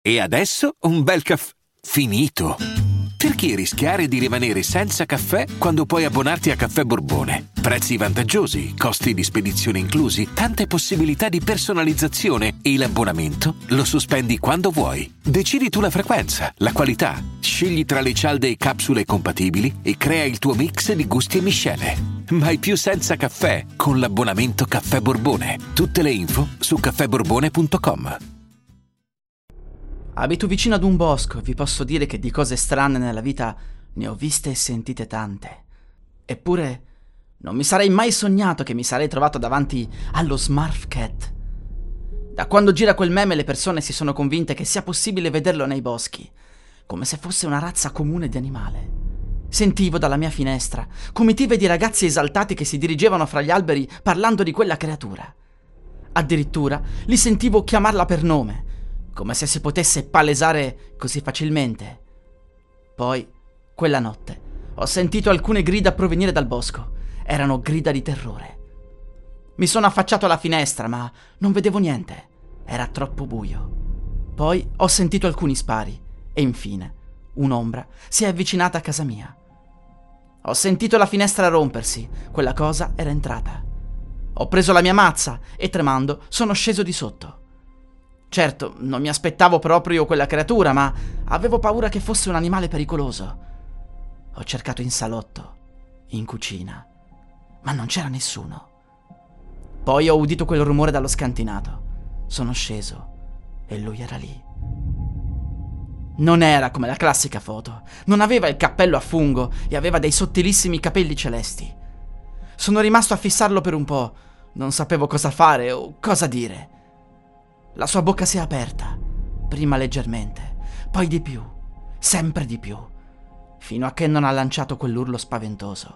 E adesso un bel caffè finito. Perché rischiare di rimanere senza caffè quando puoi abbonarti a Caffè Borbone? Prezzi vantaggiosi, costi di spedizione inclusi, tante possibilità di personalizzazione e l'abbonamento lo sospendi quando vuoi. Decidi tu la frequenza, la qualità, scegli tra le cialde e capsule compatibili e crea il tuo mix di gusti e miscele. Mai più senza caffè con l'abbonamento Caffè Borbone. Tutte le info su caffèborbone.com. Abito vicino ad un bosco e vi posso dire che di cose strane nella vita ne ho viste e sentite tante. Eppure non mi sarei mai sognato che mi sarei trovato davanti allo Smurf Cat. Da quando gira quel meme le persone si sono convinte che sia possibile vederlo nei boschi, come se fosse una razza comune di animale. Sentivo dalla mia finestra comitive di ragazzi esaltati che si dirigevano fra gli alberi parlando di quella creatura. Addirittura li sentivo chiamarla per nome, come se si potesse palesare così facilmente. Poi, quella notte, ho sentito alcune grida provenire dal bosco. Erano grida di terrore. Mi sono affacciato alla finestra, ma non vedevo niente. Era troppo buio. Poi ho sentito alcuni spari e infine un'ombra si è avvicinata a casa mia. Ho sentito la finestra rompersi. Quella cosa era entrata. Ho preso la mia mazza e tremando sono sceso di sotto. Certo, non mi aspettavo proprio quella creatura, ma avevo paura che fosse un animale pericoloso. Ho cercato in salotto, in cucina, ma non c'era nessuno. Poi ho udito quel rumore dallo scantinato. Sono sceso e lui era lì. Non era come la classica foto. Non aveva il cappello a fungo e aveva dei sottilissimi capelli celesti. Sono rimasto a fissarlo per un po'. Non sapevo cosa fare o cosa dire. La sua bocca si è aperta, prima leggermente, poi di più, sempre di più, fino a che non ha lanciato quell'urlo spaventoso.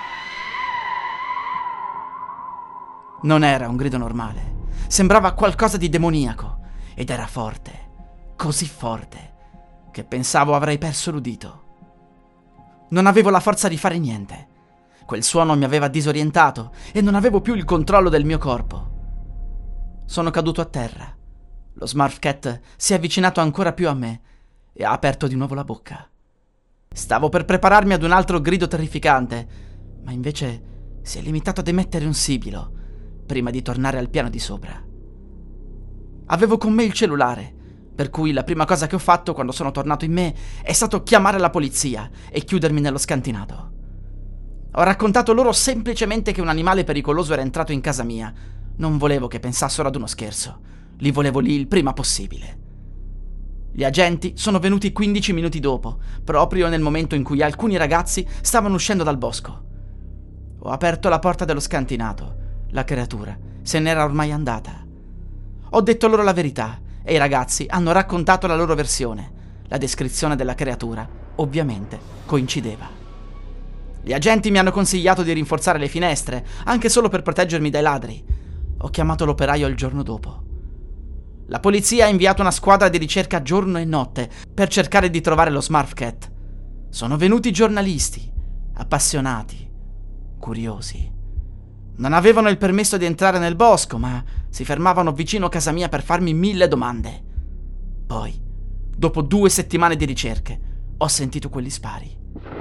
Non era un grido normale, sembrava qualcosa di demoniaco ed era forte, così forte, che pensavo avrei perso l'udito. Non avevo la forza di fare niente. Quel suono mi aveva disorientato e non avevo più il controllo del mio corpo. Sono caduto a terra. Lo Smurf Cat si è avvicinato ancora più a me e ha aperto di nuovo la bocca. Stavo per prepararmi ad un altro grido terrificante, ma invece si è limitato ad emettere un sibilo prima di tornare al piano di sopra. Avevo con me il cellulare, per cui la prima cosa che ho fatto quando sono tornato in me è stato chiamare la polizia e chiudermi nello scantinato. Ho raccontato loro semplicemente che un animale pericoloso era entrato in casa mia. Non volevo che pensassero ad uno scherzo. Li volevo lì il prima possibile. Gli agenti sono venuti 15 minuti dopo, proprio nel momento in cui alcuni ragazzi stavano uscendo dal bosco. Ho aperto la porta dello scantinato. La creatura se n'era ormai andata. Ho detto loro la verità e i ragazzi hanno raccontato la loro versione. La descrizione della creatura, ovviamente, coincideva. Gli agenti mi hanno consigliato di rinforzare le finestre, anche solo per proteggermi dai ladri. Ho chiamato l'operaio il giorno dopo. La polizia ha inviato una squadra di ricerca giorno e notte per cercare di trovare lo Smurf Cat. Sono venuti giornalisti, appassionati, curiosi. Non avevano il permesso di entrare nel bosco, ma si fermavano vicino a casa mia per farmi 1000 domande. Poi, dopo 2 settimane di ricerche, ho sentito quegli spari.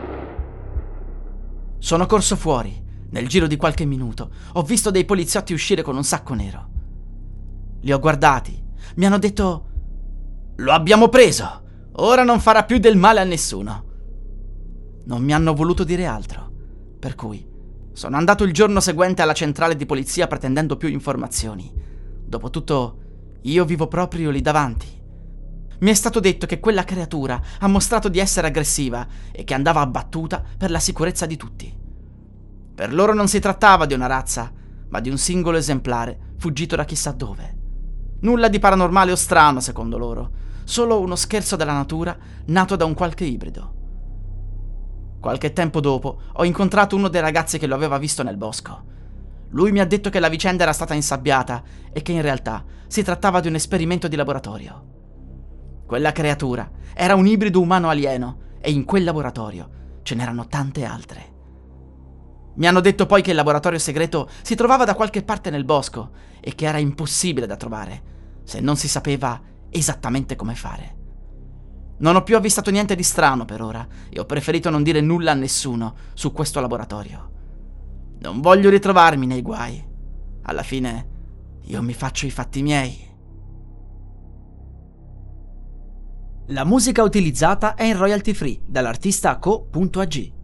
Sono corso fuori. Nel giro di qualche minuto ho visto dei poliziotti uscire con un sacco nero. Li ho guardati. Mi hanno detto: "Lo abbiamo preso! Ora non farà più del male a nessuno." Non mi hanno voluto dire altro, per cui sono andato il giorno seguente alla centrale di polizia pretendendo più informazioni. Dopotutto, io vivo proprio lì davanti. Mi è stato detto che quella creatura ha mostrato di essere aggressiva e che andava abbattuta per la sicurezza di tutti. Per loro non si trattava di una razza, ma di un singolo esemplare fuggito da chissà dove. Nulla di paranormale o strano, secondo loro, solo uno scherzo della natura nato da un qualche ibrido. Qualche tempo dopo ho incontrato uno dei ragazzi che lo aveva visto nel bosco. Lui mi ha detto che la vicenda era stata insabbiata e che in realtà si trattava di un esperimento di laboratorio. Quella creatura era un ibrido umano-alieno e in quel laboratorio ce n'erano tante altre. Mi hanno detto poi che il laboratorio segreto si trovava da qualche parte nel bosco e che era impossibile da trovare se non si sapeva esattamente come fare. Non ho più avvistato niente di strano per ora e ho preferito non dire nulla a nessuno su questo laboratorio. Non voglio ritrovarmi nei guai. Alla fine io mi faccio i fatti miei. La musica utilizzata è in royalty free dall'artista co.ag.